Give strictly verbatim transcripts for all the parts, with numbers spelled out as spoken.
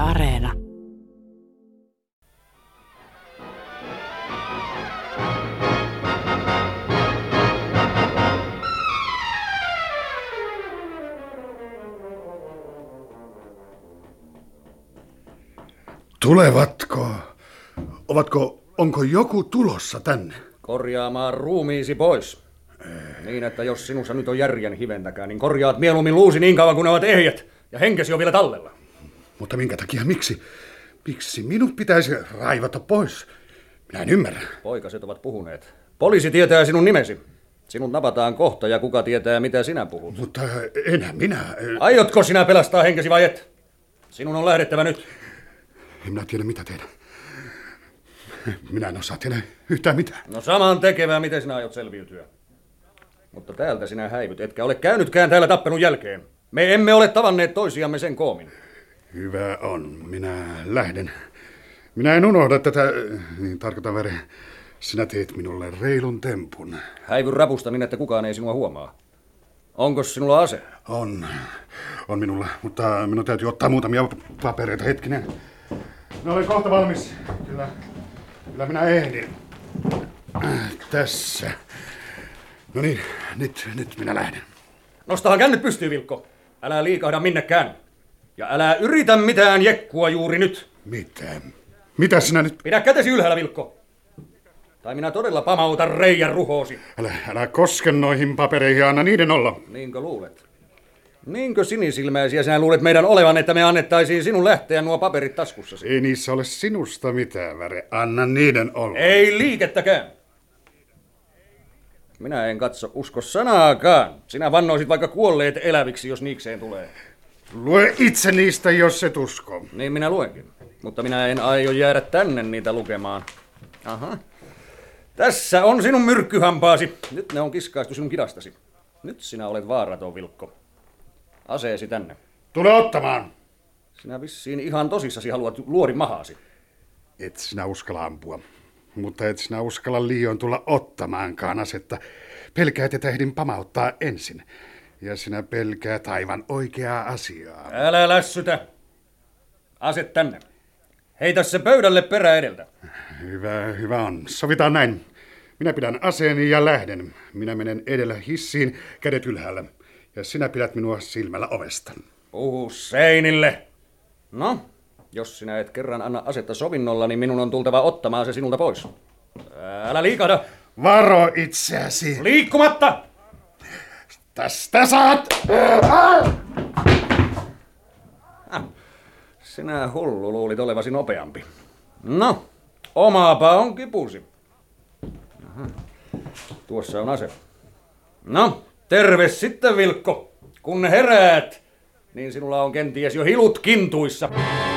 Areena. Tulevatko? Ovatko, onko joku tulossa tänne? Korjaamaan ruumiisi pois. Ei. Niin, että jos sinussa nyt on järjen hiventäkään, niin korjaat mieluummin luusi niin kauan kuin ne ovat ehjät. Ja henkesi on vielä tallella. Mutta minkä takia? Miksi? Miksi minut pitäisi raivata pois? Minä en ymmärrä. Poikaset ovat puhuneet. Poliisi tietää sinun nimesi. Sinut napataan kohta ja kuka tietää, mitä sinä puhut. Mutta enää minä... Aiotko sinä pelastaa henkesi vai et? Sinun on lähdettävä nyt. En minä tiedä, mitä tehdä. Minä en osaa tehdä yhtään mitään. No saman tekevää, miten sinä aiot selviytyä. Mutta täältä sinä häivyt, etkä ole käynytkään täällä tappelun jälkeen. Me emme ole tavanneet toisiamme sen koomin. Hyvä on. Minä lähden. Minä en unohda tätä, niin tarkoitan vere. Sinä teet minulle reilun tempun. Häivy rapusta niin, että kukaan ei sinua huomaa. Onko sinulla ase? On. On minulla, mutta minun täytyy ottaa muutamia papereita. Hetkinen. Minä olen kohta valmis. Kyllä, kyllä minä ehdin. Tässä. No niin, nyt, nyt minä lähden. Nostahan kännyt pystyy, Vilkko. Älä liikahda minnekään. Ja älä yritä mitään jekkua juuri nyt. Mitä? Mitä sinä nyt? Pidä kätesi ylhäällä, Vilkko. Tai minä todella pamautan reijän ruhoosi. Älä, älä koske noihin papereihin, anna niiden olla. Niinkö luulet? Niinkö sinisilmäisiä sinä luulet meidän olevan, että me annettaisiin sinun lähteä nuo paperit taskussasi? Ei niissä ole sinusta mitään, väre. Anna niiden olla. Ei liikettäkään. Minä en katso usko sanaakaan. Sinä vannoisit vaikka kuolleet eläviksi, jos niikseen tulee. Lue itse niistä, jos et usko. Niin minä luenkin. Mutta minä en aio jäädä tänne niitä lukemaan. Aha. Tässä on sinun myrkkyhampaasi. Nyt ne on kiskaistu sinun kidastasi. Nyt sinä olet vaaraton, Vilkko. Aseesi tänne. Tule ottamaan. Sinä vissiin ihan tosissasi haluat luodin mahaasi. Et sinä uskalla ampua. Mutta et sinä uskalla liioin tulla ottamaankaan asetta. Pelkäät, että ehdin pamauttaa ensin. Ja sinä pelkäät aivan oikeaa asiaa. Älä lässytä. Ase tänne. Heitä se pöydälle perä edeltä. Hyvä, hyvä on. Sovitaan näin. Minä pidän aseeni ja lähden. Minä menen edellä hissiin, kädet ylhäällä. Ja sinä pidät minua silmällä ovesta. Puhu seinille. No, jos sinä et kerran anna asetta sovinnolla, niin minun on tultava ottamaan se sinulta pois. Älä liikahda. Varo itseäsi. Liikkumatta! Tästä saat! Sinä hullu luulit olevasi nopeampi. No, omaapa on kipusi. Aha. Tuossa on ase. No, terve sitten, Vilkko. Kun heräät, niin sinulla on kenties jo hilut kintuissa.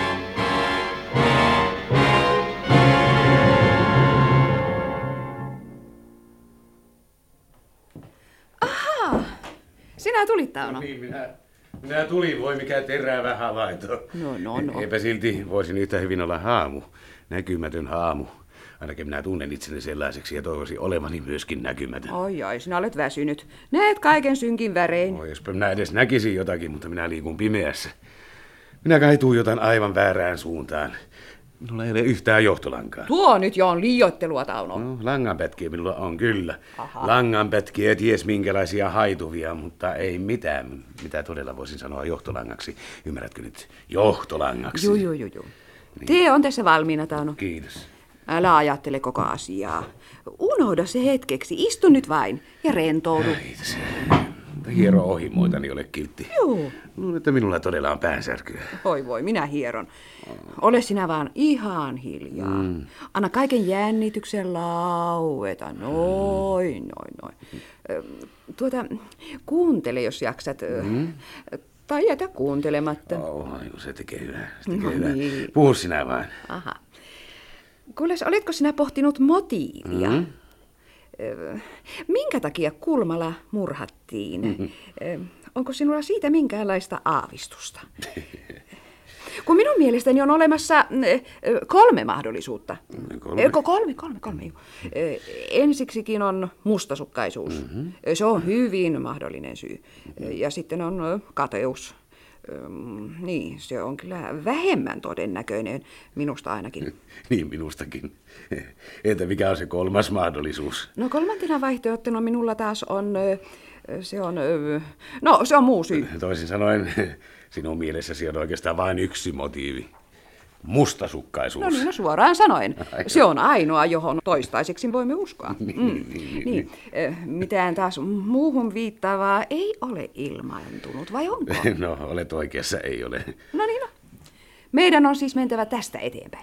Ahaa, sinä tulit, Tauno. No niin, minä, minä tulin, voi mikä terävä havainto. No, no, no. Eipä silti voisin yhtä hyvin olla haamu, näkymätön haamu. Ainakin minä tunnen itseni sellaiseksi ja toivoisin olevani myöskin näkymätön. Oi, oi, sinä olet väsynyt. Näet kaiken synkin värein. Oi, jospa minä edes näkisin jotakin, mutta minä liikun pimeässä. Minä kai tuijotan aivan väärään suuntaan. Minulla ei ole yhtään johtolankaa. Tuo nyt jo on liioittelua, Tauno. No, langanpätkiä minulla on kyllä. Aha. Langanpätkiä ties minkälaisia haituvia, mutta ei mitään, mitä todella voisin sanoa johtolangaksi. Ymmärrätkö nyt? Johtolangaksi. Juu, juu, juu. Niin. Tee on tässä valmiina, Tauno. Kiitos. Älä ajattele koko asiaa. Unohda se hetkeksi. Istu nyt vain ja rentoudu. Kiitos. Hiero ohimoitani ole kiltti. Joo. Luulen, että minulla todella on päänsärkyä. Voi voi, minä hieron. Ole sinä vaan ihan hiljaa. Mm. Anna kaiken jännityksen laueta. Noin, noin, noin. Tuota, kuuntele, jos jaksat. Mm. Tai jätä kuuntelematta. Oh, se tekee hyvää. Se tekee No hyvää. niin. Puhu sinä vain. Aha. Kuules, oletko sinä pohtinut motiivia? Mm. Minkä takia Kulmala murhattiin? Mm-hmm. Onko sinulla siitä minkäänlaista aavistusta? Kun minun mielestäni on olemassa kolme mahdollisuutta. Kolme? Kolme, kolme, kolme. Ensiksikin on mustasukkaisuus. Mm-hmm. Se on hyvin mahdollinen syy. Ja sitten on kateus. Öm, niin, se on kyllä vähemmän todennäköinen, minusta ainakin. Niin minustakin. Entä mikä on se kolmas mahdollisuus? No kolmantena vaihtoehtona minulla taas on, ö, se on, ö, no se on muu syy. Toisin sanoen, sinun mielessäsi on oikeastaan vain yksi motiivi. Mustasukkaisuus. No niin, no suoraan sanoen. Aivan. Se on ainoa, johon toistaiseksi voimme uskoa. Niin, Mm. niin, niin, Niin. Ö, Mitään taas muuhun viittaavaa ei ole ilmaantunut, vai onko? No, olet oikeassa, ei ole. No niin, no. Meidän on siis mentävä tästä eteenpäin.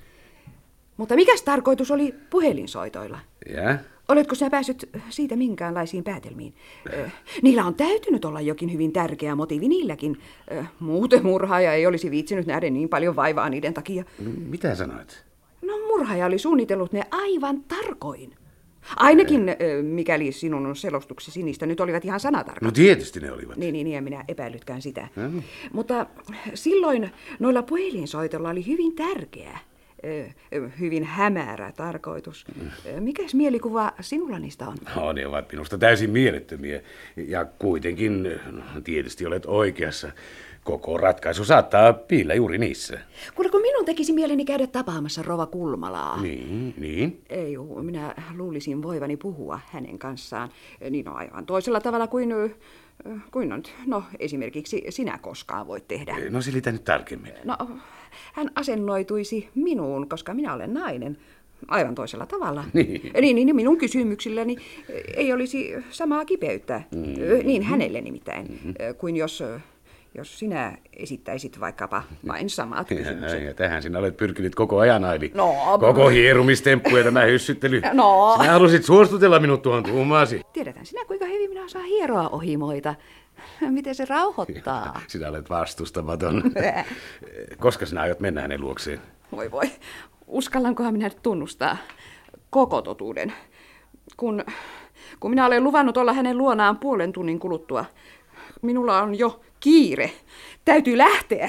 Mutta mikäs tarkoitus oli puhelinsoitoilla? Ja? Oletko sinä päässyt siitä minkäänlaisiin päätelmiin? Ö, niillä on täytynyt olla jokin hyvin tärkeä motiivi niilläkin. Ö, muuten murhaaja ei olisi viitsinyt nähdä niin paljon vaivaa niiden takia. Mitä sanoit? No murhaaja oli suunnitellut ne aivan tarkoin. Ainakin, ö, mikäli sinun selostuksesi niistä nyt olivat ihan sanatarkat. No tietysti ne olivat. Niin, niin, niin, en minä epäilytkään sitä. Mm. Mutta silloin noilla puhelinsoitolla oli hyvin tärkeä, ö, ö, hyvin hämärä tarkoitus. Ö, Mikäs mielikuva sinulla niistä on? No, ne ovat minusta täysin mielettömiä. Ja kuitenkin, no, tietysti olet oikeassa. Koko ratkaisu saattaa piillä juuri niissä. Kuule, kun minun tekisi mieleni käydä tapaamassa Rova Kulmalaa. Niin, niin. Ei, juu, minä luulisin voivani puhua hänen kanssaan. Niin on aivan toisella tavalla kuin, ö, kuin on, no, esimerkiksi sinä koskaan voit tehdä. No selitä nyt tarkemmin. No, hän asennoituisi minuun, koska minä olen nainen. Aivan toisella tavalla. Niin. Niin, niin minun kysymyksilläni ei olisi samaa kipeyttä. Mm. Niin hänelle nimittäin, mm-hmm. kuin jos, jos sinä esittäisit vaikkapa vain samat kysymykset. Ja, ja tähän sinä olet pyrkinyt koko ajan, Aili. No, koko hierumistemppu ja tämä hyssyttely. No. Sinä halusit suostutella minut tuohon tuumaasi. Tiedäthän sinä, kuinka hyvin minä osaan hieroa ohimoita. Miten se rauhoittaa. Sinä olet vastustamaton. Koska sinä aiot mennä hänen luokseen? Voi voi, uskallankohan minä nyt tunnustaa koko totuuden. Kun, kun minä olen luvannut olla hänen luonaan puolen tunnin kuluttua, minulla on jo kiire. Täytyy lähteä.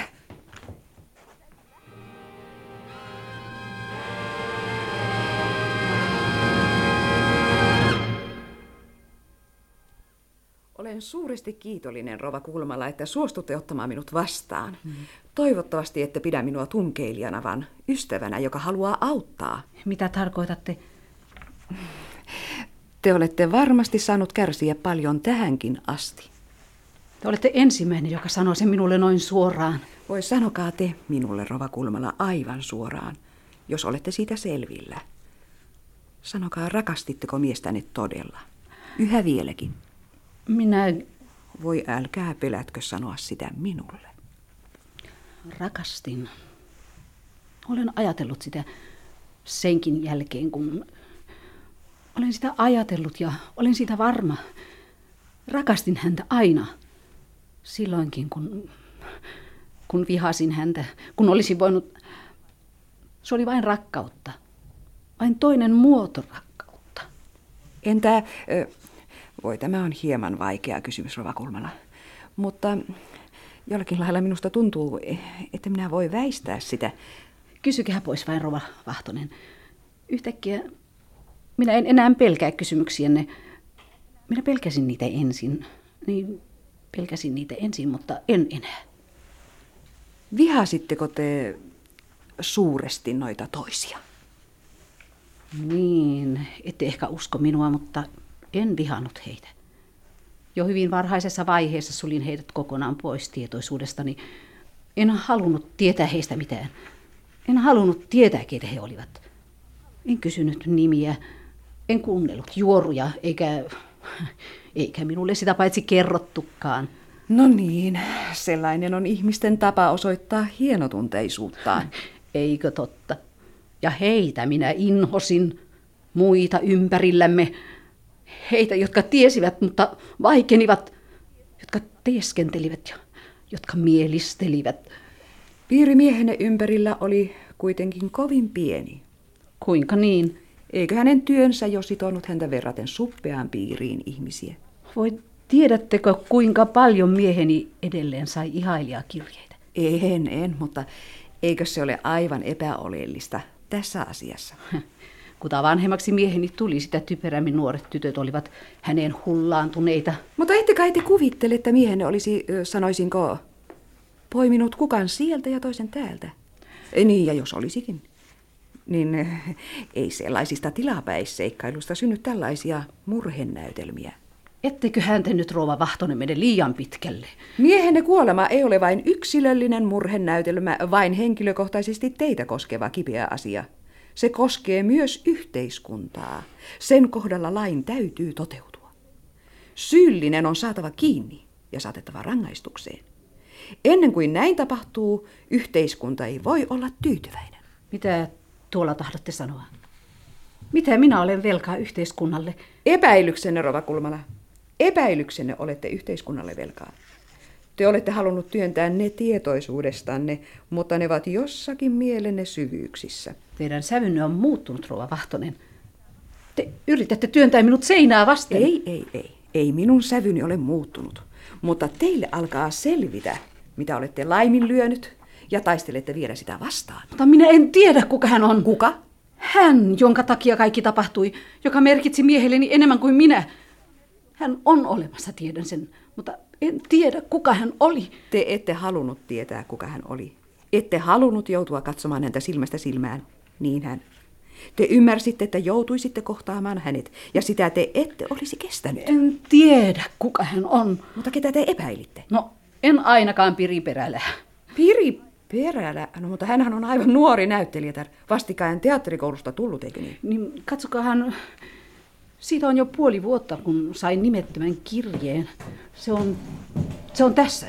Olen suuresti kiitollinen, Rova Kulmala, että suostutte ottamaan minut vastaan. Mm. Toivottavasti ette pidä minua tunkeilijana, vaan ystävänä, joka haluaa auttaa. Mitä tarkoitatte? Te olette varmasti saanut kärsiä paljon tähänkin asti. Te olette ensimmäinen, joka sanoo sen minulle noin suoraan. Voi sanokaa te minulle, Rova Kulmala, aivan suoraan, jos olette siitä selvillä. Sanokaa, rakastitteko miestäne todella? Yhä vieläkin. Minä Voi älkää pelätkö sanoa sitä minulle. rakastin. Olen ajatellut sitä senkin jälkeen, kun olen sitä ajatellut ja olen siitä varma. Rakastin häntä aina. Silloinkin, kun, kun vihasin häntä, kun olisin voinut... Se oli vain rakkautta. Vain toinen muoto rakkautta. Entä, ö, voi tämä on hieman vaikea kysymys, Rova Kulmala, mutta jollakin lailla minusta tuntuu, että minä voi väistää sitä. Kysykää pois vain, Rova Vahtonen. Yhtäkkiä minä en enää pelkää kysymyksiänne. Minä pelkäsin niitä ensin. Niin, pelkäsin niitä ensin, mutta en enää. Vihasitteko te suuresti noita toisia? Niin, ette ehkä usko minua, mutta en vihannut heitä. Jo hyvin varhaisessa vaiheessa sulin heidät kokonaan pois tietoisuudestani. En halunnut tietää heistä mitään. En halunnut tietää, keitä he olivat. En kysynyt nimiä, en kuunnellut juoruja, eikä, eikä minulle sitä paitsi kerrottukaan. No niin, sellainen on ihmisten tapa osoittaa hienotunteisuuttaan. Eikö totta? Ja heitä minä inhosin, muita ympärillämme. Heitä, jotka tiesivät, mutta vaikenivat, jotka teeskentelivät ja jotka mielistelivät. Piiri miehenne ympärillä oli kuitenkin kovin pieni. Kuinka niin? Eikö hänen työnsä jo sitonut häntä verraten suppeaan piiriin ihmisiä? Voi tiedättekö, kuinka paljon mieheni edelleen sai ihailijakirjeitä? En, en, mutta eikö se ole aivan epäoleellista tässä asiassa? Kuta vanhemmaksi mieheni tuli, sitä typerämmin nuoret tytöt olivat häneen hullaantuneita. Mutta ette kai te kuvittele, että miehenne olisi, sanoisinko, poiminut kukaan sieltä ja toisen täältä. Ei niin, ja jos olisikin, niin eh, ei sellaisista tilapäisseikkailusta synny tällaisia murhenäytelmiä. Ettekö häntä nyt, rouva Vahtonen, mene liian pitkälle? Miehenne kuolema ei ole vain yksilöllinen murhenäytelmä, vain henkilökohtaisesti teitä koskeva kipeä asia. Se koskee myös yhteiskuntaa. Sen kohdalla lain täytyy toteutua. Syyllinen on saatava kiinni ja saatettava rangaistukseen. Ennen kuin näin tapahtuu, yhteiskunta ei voi olla tyytyväinen. Mitä tuolla tahdotte sanoa? Mitä minä olen velkaa yhteiskunnalle? Epäilyksenne, rouva Kulmala. Epäilyksenne olette yhteiskunnalle velkaa. Te olette halunnut työntää ne tietoisuudestanne, mutta ne ovat jossakin mielenne syvyyksissä. Teidän sävynne on muuttunut, rouva Vahtonen. Te yritätte työntää minut seinää vasten. Ei, ei, ei. Ei minun sävyni ole muuttunut. Mutta teille alkaa selvitä, mitä olette laiminlyönyt, ja taistelette vielä sitä vastaan. Mutta minä en tiedä, kuka hän on. Kuka? Hän, jonka takia kaikki tapahtui, joka merkitsi miehelleni enemmän kuin minä. Hän on olemassa, tiedän sen, mutta en tiedä, kuka hän oli. Te ette halunnut tietää, kuka hän oli. Ette halunnut joutua katsomaan häntä silmästä silmään. Niin hän. Te ymmärsitte, että joutuisitte kohtaamaan hänet, ja sitä te ette olisi kestänyt. En tiedä, kuka hän on. Mutta ketä te epäilitte? No, en ainakaan Piri Perälä. Piri Perälä? No, mutta hänhän on aivan nuori näyttelijätär. Vastikään teatterikoulusta tullut, eikö niin? Niin katsokahan, siitä on jo puoli vuotta, kun sain nimettömän kirjeen. Se on, se on tässä.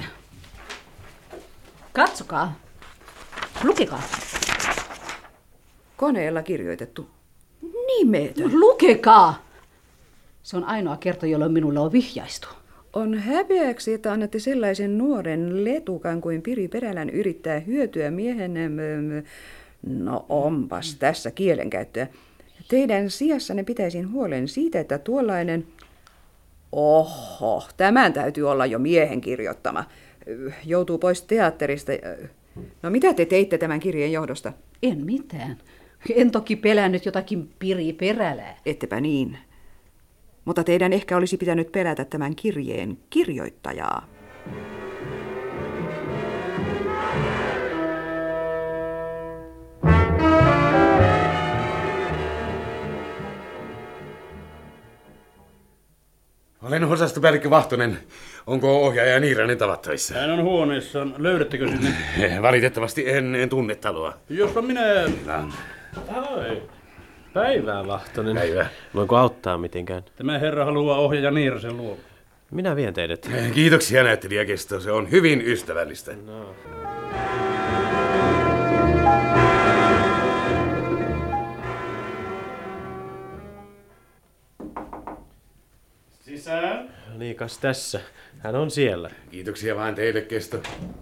Katsokaa. Lukekaa. Koneella kirjoitettu. Nimetön. Lukekaa. Se on ainoa kerta, jolloin minulle on vihjaistu. On häpeäksi, että annatte sellaisen nuoren letukan kuin Piri Perälän yrittää hyötyä miehenne. No onpas tässä kielenkäyttöä. Teidän sijassanne pitäisin huolen siitä, että tuollainen... Oho, tämän täytyy olla jo miehen kirjoittama. Joutuu pois teatterista. No mitä te teitte tämän kirjeen johdosta? En mitään. En toki pelännyt jotakin Piri Perälää. Ettepä niin. Mutta teidän ehkä olisi pitänyt pelätä tämän kirjeen kirjoittajaa. Olen osastopäällikkö Vahtonen. Onko ohjaaja Niiranen tavattavissa? Hän on huoneessaan. Löydättekö sinne? Valitettavasti en, en tunne taloa. Jospa minä... No. Ai. Päivää, Vahtonen. Päivää. Voinko auttaa mitenkään? Tämä herra haluaa ohjaaja Niirasen luo. Minä vien teidät. Kiitoksia näyttelijäkesto. Se on hyvin ystävällistä. No. Sisään. Niin, kas tässä. Hän on siellä. Kiitoksia vaan teille, kesto.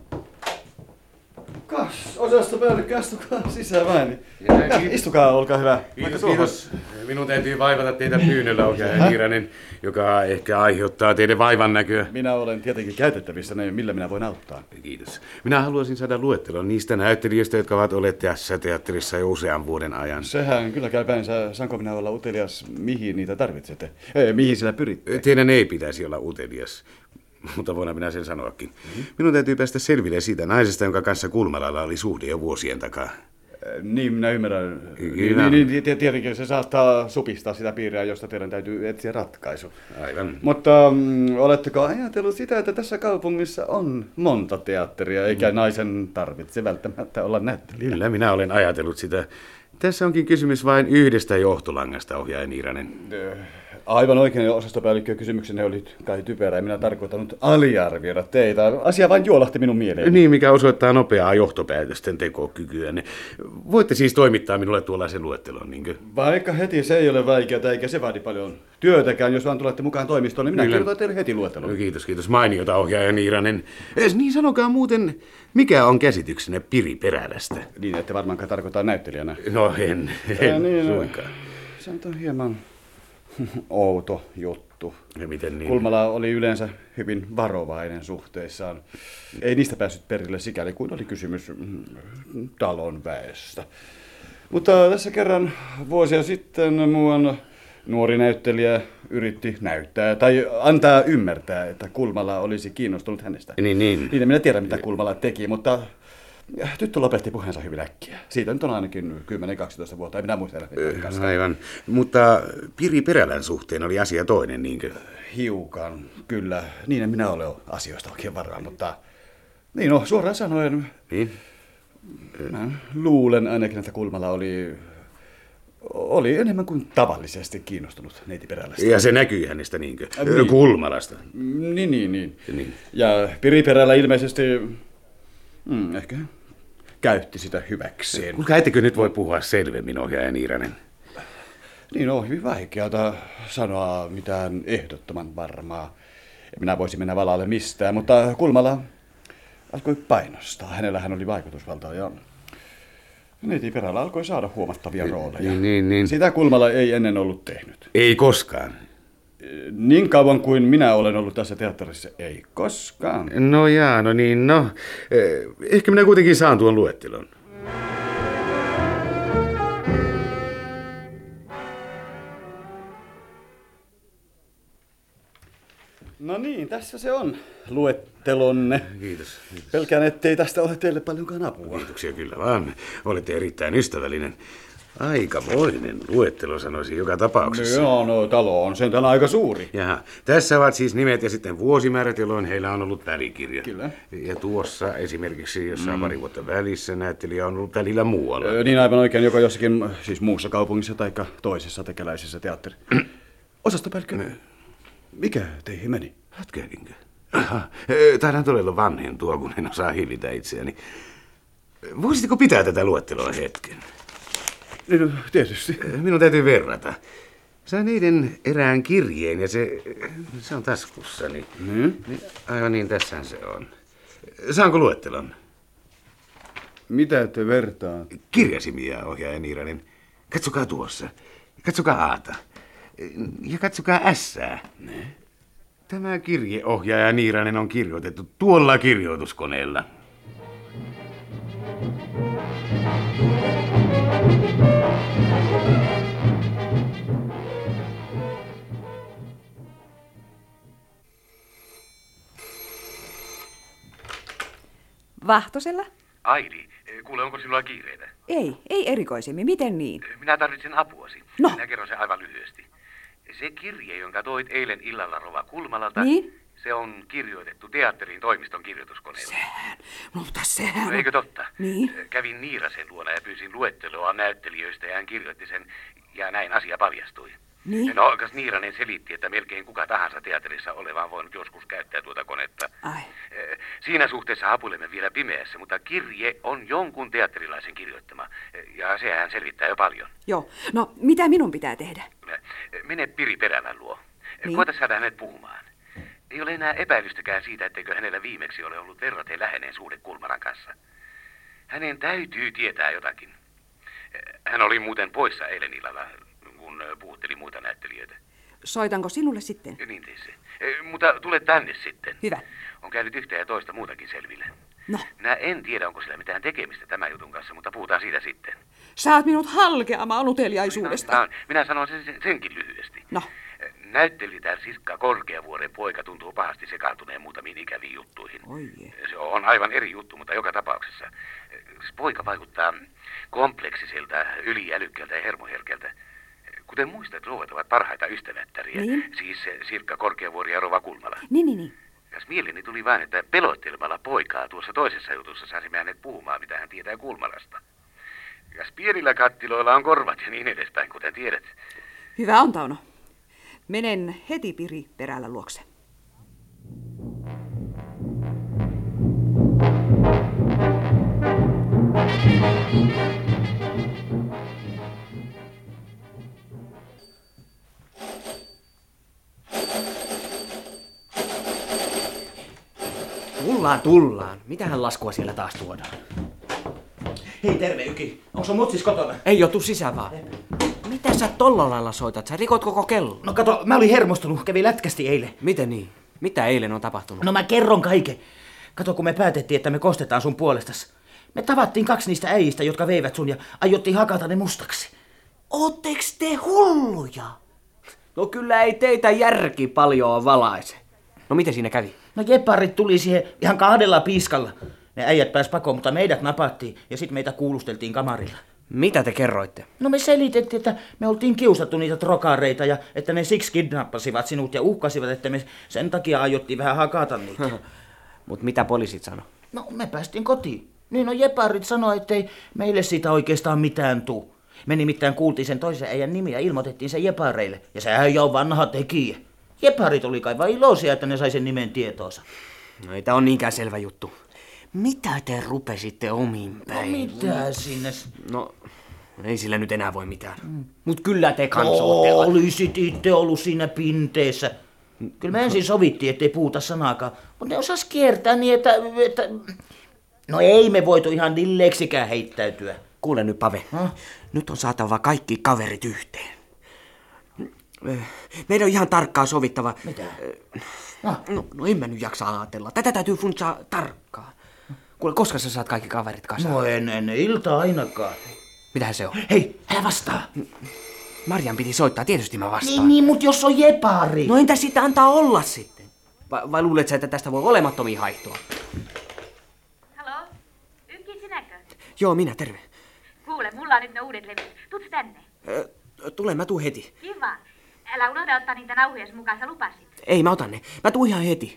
Kas, osastopäällikkö, astukaa sisään vain. Ja, Ja, kiitos. istukaa, olkaa hyvä. Kiitos, kiitos. Minun täytyy vaivata teitä pyynnöllä, ohjaaja Niiranen, joka ehkä aiheuttaa teidän vaivan näköä. Minä olen tietenkin käytettävissä, niin millä minä voin auttaa? Kiitos. Minä haluaisin saada luettelon niistä näyttelijöistä, jotka ovat olleet tässä teatterissa jo usean vuoden ajan. Sehän kyllä käy päinsä. Saanko minä olla utelias, mihin niitä tarvitsette? Eh, mihin sillä pyritte? Teidän ei pitäisi olla utelias, mutta voin minä sen sanoakin. Minun täytyy päästä selville siitä naisesta, jonka kanssa Kulmalalla oli suhde jo vuosien takaa. Eh, Niin, minä ymmärrän. Kyllä. Niin, niin, ti- tietenkin se saattaa supistaa sitä piiriä, josta teidän täytyy etsiä ratkaisu. Aivan. Mutta mm, oletteko ajatellut sitä, että tässä kaupungissa on monta teatteria, eikä naisen tarvitse välttämättä olla näyttelijä? Kyllä, minä olen ajatellut sitä. Tässä onkin kysymys vain yhdestä johtolangasta, ohjaaja Niiranen. Eh, Aivan oikein, osastopäällikkö, kysymyksenne oli kai typerä. En minä tarkoittanut aliarvioida teitä. Asia vain juolahti minun mieleeni. Niin, mikä osoittaa nopeaa johtopäätösten tekokykyänne. Voitte siis toimittaa minulle tuollaisen luettelon, niinkö? Vaikka heti se ei ole vaikeaa, eikä se vaadi paljon työtäkään. Jos vaan tulette mukaan toimistoon, niin minä Kyllä. kirjoitan teille heti No, luettelon. kiitos, kiitos. Mainiota, ohjaaja Niiranen. Es, niin sanokaa muuten, mikä on käsityksenne Piri Perälästä? Niin, ette varmaankaan tarkoittaa näyttelijänä. No en, en Ää, niin, no. suinkaan. Se on hieman outo juttu. Ja miten niin? Kulmala oli yleensä hyvin varovainen suhteissaan. Ei niistä päässyt perille sikäli kuin oli kysymys mm, talon väestä. Mutta tässä kerran vuosia sitten muuan nuori näyttelijä yritti näyttää tai antaa ymmärtää, että Kulmala olisi kiinnostunut hänestä. Niin, niin. Niin en minä tiedä, mitä Kulmala teki, mutta tyttö lopetti puheensa hyvin äkkiä. Siitä nyt on ainakin kymmenen kaksitoista vuotta, en minä muista. Aivan. Mutta Piri Perälän suhteen oli asia toinen, niinkö? Hiukan, kyllä. Niin en minä ole asioista oikein varma, mutta niin no, suoraan sanoen, Niin? mä luulen ainakin, että Kulmala oli, oli enemmän kuin tavallisesti kiinnostunut neiti Perälästä. Ja se näkyi hänestä, niinkö? Äh, niin. Kulmalasta. Niin, niin, niin. Niin. Ja Piri Perälä ilmeisesti mm, ehkä käytti sitä hyväkseen. Kuinka ettekö nyt voi puhua selvemmin, ohjaaja Niiranen? Niin on hyvin vaikeata sanoa mitään ehdottoman varmaa. En minä voisi mennä valalle mistään, mutta Kulmala alkoi painostaa. Hänellähän oli vaikutusvaltaa ja neiti Perälä alkoi saada huomattavia rooleja. Niin, niin, niin. Sitä Kulmala ei ennen ollut tehnyt. Ei koskaan. Niin kauan kuin minä olen ollut tässä teatterissa, ei koskaan. No jaa, no niin, no. Eh, Ehkä minä kuitenkin saan tuon luettelon. No niin, tässä se on. Luettelonne. Kiitos. Kiitos. Pelkään, ettei tästä ole teille paljonkaan apua. Kiitoksia kyllä vaan. Olette erittäin ystävällinen. Aikamoinen luettelo sanoisin joka tapauksessa. Joo, no talo on sentään aika suuri. Jaha, tässä ovat siis nimet ja sitten vuosimäärät, jolloin heillä on ollut välikirja. Kyllä. Ja tuossa esimerkiksi, jossa on mm. pari vuotta välissä, näyttelijä on ollut välillä muualla. Öö, niin aivan oikein, joko jossakin siis muussa kaupungissa tai toisessa tekeläisessä teatteri. Osastopäällikkö, mikä teihin meni? Hätkähdinkö? Aha, ö, taidan todella vanhentua, kun en osaa hillitä itseäni. Voisitteko pitää tätä luetteloa hetken? Niin, no, tietysti. Minun täytyy verrata. Sain eilen erään kirjeen ja se, se on taskussani. Mm? Niin, aivan niin, tässähän se on. Saanko luettelon? Mitä te vertaa? Kirjasimia, ohjaaja Niiranen. Katsokaa tuossa. Katsokaa Aata. Ja katsokaa Ässää. Ne? Tämä kirje, ohjaaja Niiranen, on kirjoitettu tuolla kirjoituskoneella. Vahtosella? Airi, kuule, onko sinulla kiireitä? Ei, ei erikoisemmin. Miten niin? Minä tarvitsen apuasi. No. Minä kerron sen aivan lyhyesti. Se kirje, jonka toit eilen illalla Rova Kulmalalta, Niin? se on kirjoitettu teatterin toimiston kirjoituskoneella. Sehän, no mutta sehän... No, eikö totta? Niin? Kävin Niirasen luona ja pyysin luetteloa näyttelijöistä ja hän kirjoitti sen ja näin asia paljastui. Niin? No, kas Niiranen selitti, että melkein kuka tahansa teatterissa oleva on voinut joskus käyttää tuota konetta. Ai. Siinä suhteessa hapulemme vielä pimeässä, mutta kirje on jonkun teatterilaisen kirjoittama. Ja sehän selvittää jo paljon. Joo. No, mitä minun pitää tehdä? Mene Piri Perälän luo. Niin? Koeta saada hänet puhumaan. Ei ole enää epäilystäkään siitä, etteikö hänellä viimeksi ole ollut verraten läheinen suhde Kulmalan kanssa. Hänen täytyy tietää jotakin. Hän oli muuten poissa eilen illalla, kun puhutteli muita näyttelijöitä. Soitanko sinulle sitten? Niin tee se. Mutta tule tänne sitten. Hyvä. On käynyt yhtä ja toista muutakin selville. No. Minä en tiedä, onko sillä mitään tekemistä tämän jutun kanssa, mutta puhutaan siitä sitten. Saat minut halkeamaan uteliaisuudesta. No, minä, minä sanon sen, sen, senkin lyhyesti. No. Näyttelijä Sirkka Korkeavuoren poika tuntuu pahasti sekaantuneen muutamiin ikäviin juttuihin. Oi je. Se on aivan eri juttu, mutta joka tapauksessa. Poika vaikuttaa kompleksiselta, yliälykkäältä ja hermoherkältä. Kuten muistat, rouvat ovat parhaita ystävättäriä. Niin? Siis Sirkka Korkeavuori ja Rova Kulmala. Niin, niin, niin. Kas mieleeni tuli vain, että pelottelemalla poikaa tuossa toisessa jutussa saisimme hänet puhumaan, mitä hän tietää Kulmalasta. Kas pienillä kattiloilla on korvat ja niin edespäin, kuten tiedät. Hyvä on, Tauno. Menen heti Piri Perälä luokse. Tullaan, tullaan. Mitähän laskua siellä taas tuodaan? Hei, terve Yki. Onko sun mutsis kotona? Ei oo, tuu sisään vaan. Mitä sä tolla lailla soitat? Sä rikot koko kellon. No kato, mä olin hermostunut. Kävi lätkästi eilen. Miten niin? Mitä eilen on tapahtunut? No mä kerron kaiken. Kato, kun me päätettiin, että me kostetaan sun puolestas. Me tavattiin kaksi niistä äijistä, jotka veivät sun ja aiottiin hakata ne mustaksi. Ootteks te hulluja? No kyllä ei teitä järki paljon valaise. No miten siinä kävi? No jeparit tuli siihen ihan kahdella piiskalla. Ne äijät pääs pakoon, mutta meidät napattiin ja sitten meitä kuulusteltiin kamarilla. Mitä te kerroitte? No me selitettiin, että me oltiin kiusattu niitä trokareita ja että ne siksi kidnappasivat sinut ja uhkasivat, että me sen takia aiottiin vähän hakata niitä. Mut mitä poliisit sano? No me päästiin kotiin. Niin no jeparit sanoi, ettei meille siitä oikeastaan mitään tuu. Me nimittäin kuultiin sen toisen äijän nimi ja ilmoitettiin sen jepareille. Ja se äijä on vanha tekijä. Jeparit oli kai vaan iloisia, että ne sai sen nimen tietoonsa. No ei tää on niinkään selvä juttu. Mitä te rupesitte omiin päin? No mitä sinne? No ei sillä nyt enää voi mitään. Mm. Mut kyllä te kans no, ootte. Olisit itse ollut siinä pinteessä. Kyllä me ensin sovittiin, ettei puhuta sanaakaan. Mutta ne osas kiertää niin, että, että... No ei me voitu ihan dilleeksikään heittäytyä. Kuule nyt, Pave. Huh? Nyt on saatava kaikki kaverit yhteen. Meidän on ihan tarkkaan sovittava. Mitä? No, no, no en mä nyt jaksa ajatella. Tätä täytyy funtsaa tarkkaan. Kuule, koska sä saat kaikki kaverit kasaan? No en ennen iltaa ainakaan. Mitähän se on? Hei, älä vastaa. Marian piti soittaa, tietysti mä vastaan. Niin, niin, mut jos on jepari. No entä sitä antaa olla sitten? Va- vai luulet sä, että tästä voi olemattomia haihtua? Halo? Ykki, sinäkö? Joo, minä, terve. Kuule, mulla on nyt ne uudet levyt. Tuut tänne. Ö, tule, mä tuun heti. Kiva. Älä unohda ottaa niitä nauhoja mukaan, sä lupasit. Ei, mä otan ne. Mä tuun ihan heti.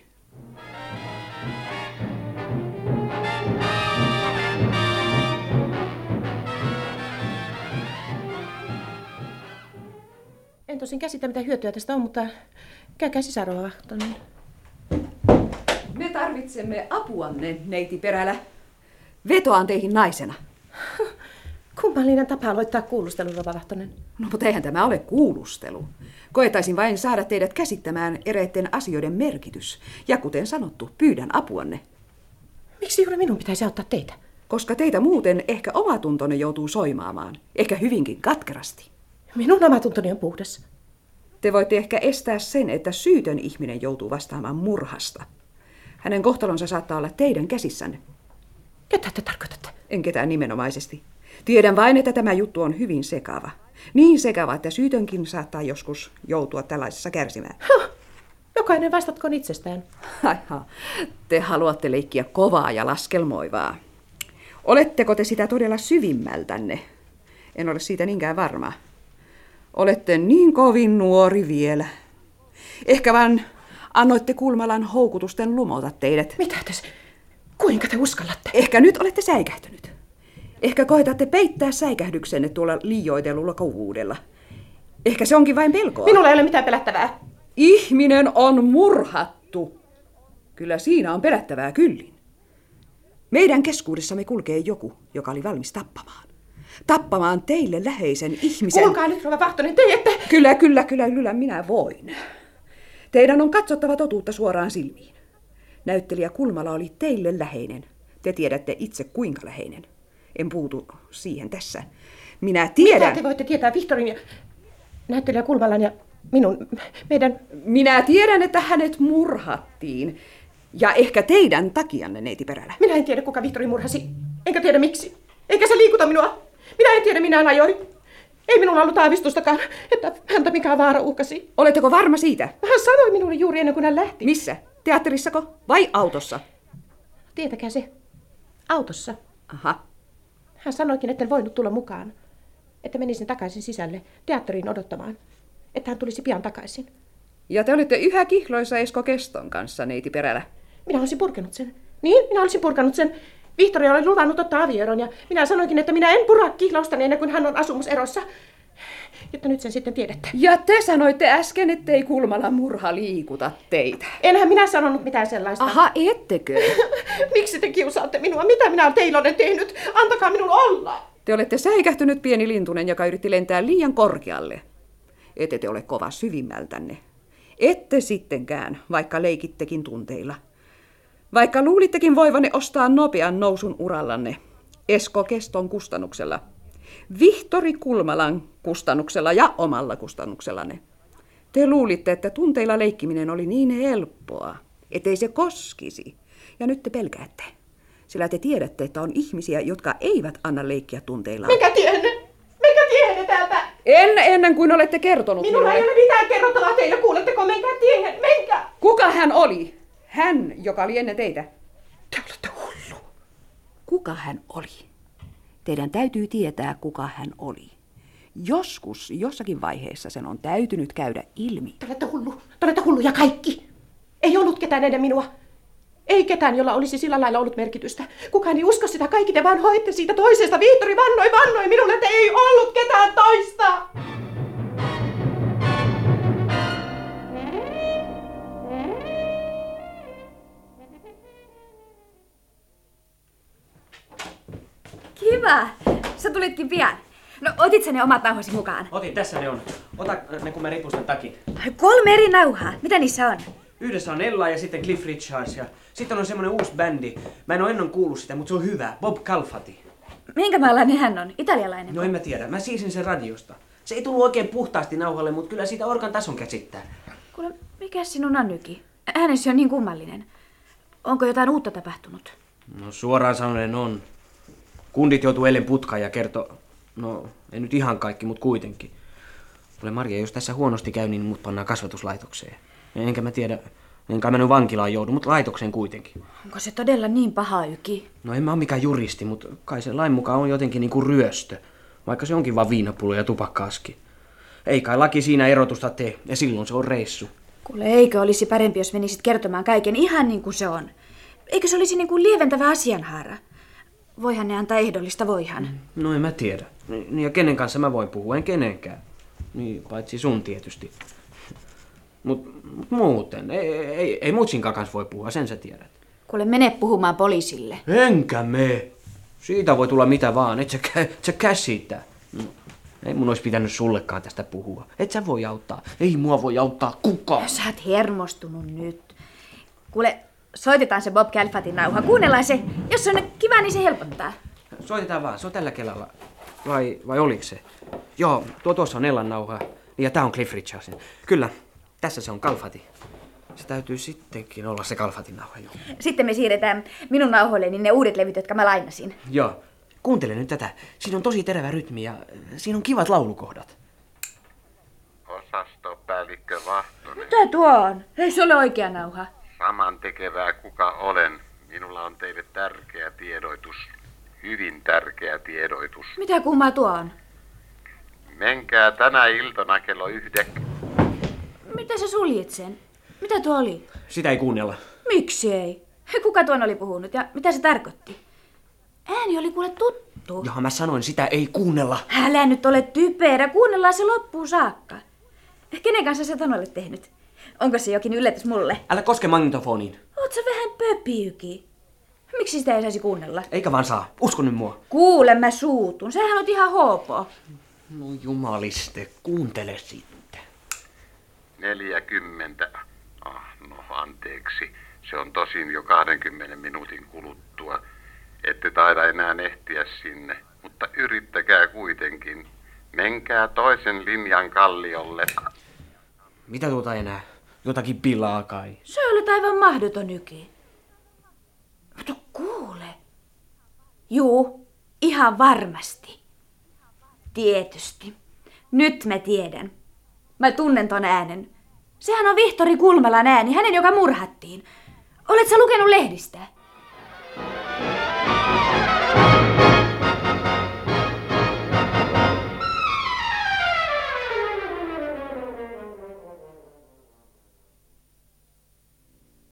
En tosin käsitä, mitä hyötyä tästä on, mutta käykää sisärovaa. Me tarvitsemme apuanne, neiti Perälä. Vetoan teihin naisena. Kummallinen tapa aloittaa kuulustelu, Rova Vahtonen. No, mutta eihän tämä ole kuulustelu. Koetaisin vain saada teidät käsittämään eräiden asioiden merkitys. Ja kuten sanottu, pyydän apuanne. Miksi juuri minun pitäisi auttaa teitä? Koska teitä muuten ehkä omatuntonne joutuu soimaamaan. Ehkä hyvinkin katkerasti. Minun omatuntoni on puhdas. Te voitte ehkä estää sen, että syytön ihminen joutuu vastaamaan murhasta. Hänen kohtalonsa saattaa olla teidän käsissänne. Ketä te tarkoitatte? En ketään nimenomaisesti. Tiedän vain, että tämä juttu on hyvin sekava. Niin sekava, että syytönkin saattaa joskus joutua tällaisessa kärsimään. Huh. Jokainen vastatkoon itsestään. Aiha, te haluatte leikkiä kovaa ja laskelmoivaa. Oletteko te sitä todella syvimmältänne? En ole siitä niinkään varma. Olette niin kovin nuori vielä. Ehkä vaan annoitte Kulmalan houkutusten lumota teidät. Mitä te... Kuinka te uskallatte? Ehkä nyt olette säikähtynyt. Ehkä koetatte peittää säikähdyksenne tuolla liioitellulla kovuudella. Ehkä se onkin vain pelkoa. Minulla ei ole mitään pelättävää. Ihminen on murhattu. Kyllä siinä on pelättävää kyllin. Meidän keskuudessamme kulkee joku, joka oli valmis tappamaan. Tappamaan teille läheisen ihmisen. Kuulkaa nyt, Rova Vahtonen, te ette... Kyllä, kyllä, kyllä, kyllä, minä voin. Teidän on katsottava totuutta suoraan silmiin. Näyttelijä Kulmala oli teille läheinen. Te tiedätte itse kuinka läheinen. En puutu siihen tässä. Minä tiedän... Mitä te voitte tietää Vihtorin ja näyttelijä Kulmalan ja minun, meidän... Minä tiedän, että hänet murhattiin. Ja ehkä teidän takianne, neiti Perälä. Minä en tiedä, kuka Vihtori murhasi. Enkä tiedä miksi. Eikä se liikuta minua. Minä en tiedä, minä ajoin. Ei minulla ollut aavistustakaan, että häntä mikään vaara uhkasi. Oletteko varma siitä? Hän sanoi minulle juuri ennen kuin hän lähti. Missä? Teatterissako vai autossa? Tietäkää se. Autossa. Aha. Hän sanoikin, etten voinut tulla mukaan. Että menisin takaisin sisälle teatteriin odottamaan. Että hän tulisi pian takaisin. Ja te olitte yhä kihloissa Esko Keston kanssa, neiti Perälä. Minä olisin purkanut sen. Niin, minä olisin purkanut sen. Vihtori oli luvannut ottaa avioeron ja minä sanoinkin, että minä en pura kihlaustani ennen kuin hän on asumuserossa. Jotta nyt sen sitten tiedätte. Ja te sanoitte äsken, ettei Kulmala murha liikuta teitä. Enhän minä sanonut mitään sellaista. Aha, ettekö? Miksi te kiusaatte minua? Mitä minä teille olen tehnyt? Antakaa minun olla. Te olette säikähtynyt pieni lintunen, joka yritti lentää liian korkealle. Ette te ole kova syvimmältänne. Ette sittenkään, vaikka leikittekin tunteilla. Vaikka luulittekin voivanne ostaa nopean nousun urallanne, Esko Keston kustannuksella, Vihtori Kulmalan kustannuksella ja omalla kustannuksellanne. Te luulitte, että tunteilla leikkiminen oli niin helppoa, ettei se koskisi. Ja nyt te pelkäätte, sillä te tiedätte, että on ihmisiä, jotka eivät anna leikkiä tunteillaan. Mikä tienne? Mikä tienne täältä? En ennen kuin olette kertonut Minulla minulle. ei ole mitään kerrottavaa teille, kuuletteko? Menkää tiehen, menkää! Kuka hän oli? Hän, joka oli ennen teitä. Te olette hullu. Kuka hän oli? Teidän täytyy tietää, kuka hän oli. Joskus, jossakin vaiheessa sen on täytynyt käydä ilmi. Te olette hullu, te olette hulluja kaikki. Ei ollut ketään ennen minua. Ei ketään, jolla olisi sillä lailla ollut merkitystä. Kukaan ei usko sitä, kaikki te vaan hoitte siitä toisesta. Vihtori vannoi, vannoi minulle, että ei ollut ketään toista. Kiva. Sä tulitkin pian. No, otit sä ne omat nauhasi mukaan? Otin, tässä ne on. Ota ne, kun mä ripustan takin. Kolme eri nauhaa. Mitä niissä on? Yhdessä on Ella ja sitten Cliff Richards ja sitten on semmonen uusi bändi. Mä en oo ennen kuullut sitä, mutta se on hyvä. Bob Calfati. Minkä maalainen hän on? Italialainen? No en mä tiedä. Mä siisin sen radiosta. Se ei tullut oikein puhtaasti nauhalle, mutta kyllä siitä organ tason käsittää. Kuule, mikä sinun on nyki? Äänesi on niin kummallinen. Onko jotain uutta tapahtunut? No suoraan sanoen on. Kundit joutuu eilen putkaan ja kertoo... No, ei nyt ihan kaikki, mutta kuitenkin. Kuule Maria, jos tässä huonosti käy, niin mut pannaan kasvatuslaitokseen. Enkä mä tiedä, enkä mä nyt vankilaan joudu, mutta laitokseen kuitenkin. Onko se todella niin paha, Yki? No en mä oo mikään juristi, mutta kai se lain mukaan on jotenkin niinku ryöstö. Vaikka se onkin vaan viinapullo ja tupakka-aski. Ei kai laki siinä erotusta tee, ja silloin se on reissu. Kuule, eikö olisi parempi, jos menisit kertomaan kaiken ihan niin kuin se on? Eikö se olisi niin kuin lieventävä asianhaara? Voihan ne antaa ehdollista, voihan. No en mä tiedä. Niin ja kenen kanssa mä voin puhua, en kenenkään. Niin, paitsi sun tietysti. Mut, mut muuten, ei, ei, ei mutsinkaan kanssa voi puhua, sen sä tiedät. Kuule, mene puhumaan poliisille. Enkä me. Siitä voi tulla mitä vaan, et sä, et sä käsitä. No, ei mun olisi pitänyt sullekaan tästä puhua. Et sä voi auttaa. Ei mua voi auttaa kukaan. Sä oot hermostunut nyt. Kuule, soitetaan se Bob Calfatin nauha. Kuunnellaan se. Jos se on kiva, niin se helpottaa. Soitetaan vaan, se on tällä kelalla. Vai, vai oliko se? Joo, tuo tuossa on Ellan nauha. Ja tää on Cliff Richardsin. Kyllä, tässä se on Calfati. Se täytyy sittenkin olla se Calfatin nauha, joo. Sitten me siirretään minun nauhoilleni ne uudet levyt, jotka mä lainasin. Joo. Kuuntele nyt tätä. Siinä on tosi terävä rytmi ja siinä on kivat laulukohdat. Osastopäällikkö Vahtonen. Mitä tuo on? Ei se ole oikea nauha. Saman tekevää kuka olen. Minulla on teille tärkeä tiedoitus. Hyvin tärkeä tiedoitus. Mitä kummaa tuo on? Menkää tänä iltana kello yhdeksän. Mitä sä suljit sen? Mitä tuo oli? Sitä ei kuunnella. Miksi ei? Kuka tuon oli puhunut ja mitä se tarkoitti? Ääni oli kuule tuttu. Johan mä sanoin, sitä ei kuunnella. Älä nyt ole typerä, kuunnellaan se loppuun saakka. Kenen kanssa sä ton olet tehnyt? Onko se jokin yllätys mulle? Älä koske magnetofoniin. Oot sä vähän pöpiyki? Miksi sitä ei saisi kuunnella? Eikä vaan saa. Usko nyt mua. Kuule, mä suutun. Sähän on ihan hoopo. No jumaliste, kuuntele sitten. Neljäkymmentä. Ah, no anteeksi. Se on tosin jo kahdenkymmenen minuutin kuluttua. Ette taida enää ehtiä sinne, mutta yrittäkää kuitenkin. Menkää toisen linjan kalliolle. Mitä tuota enää? Jotakin pilaa kai. Se oli aivan mahdoton Yki. Mutta kuule. Juu, ihan varmasti. Tietysti. Nyt mä tiedän. Mä tunnen ton äänen. Sehän on Vihtori Kulmalan ääni, hänen joka murhattiin. Olet sä lukenut lehdistä?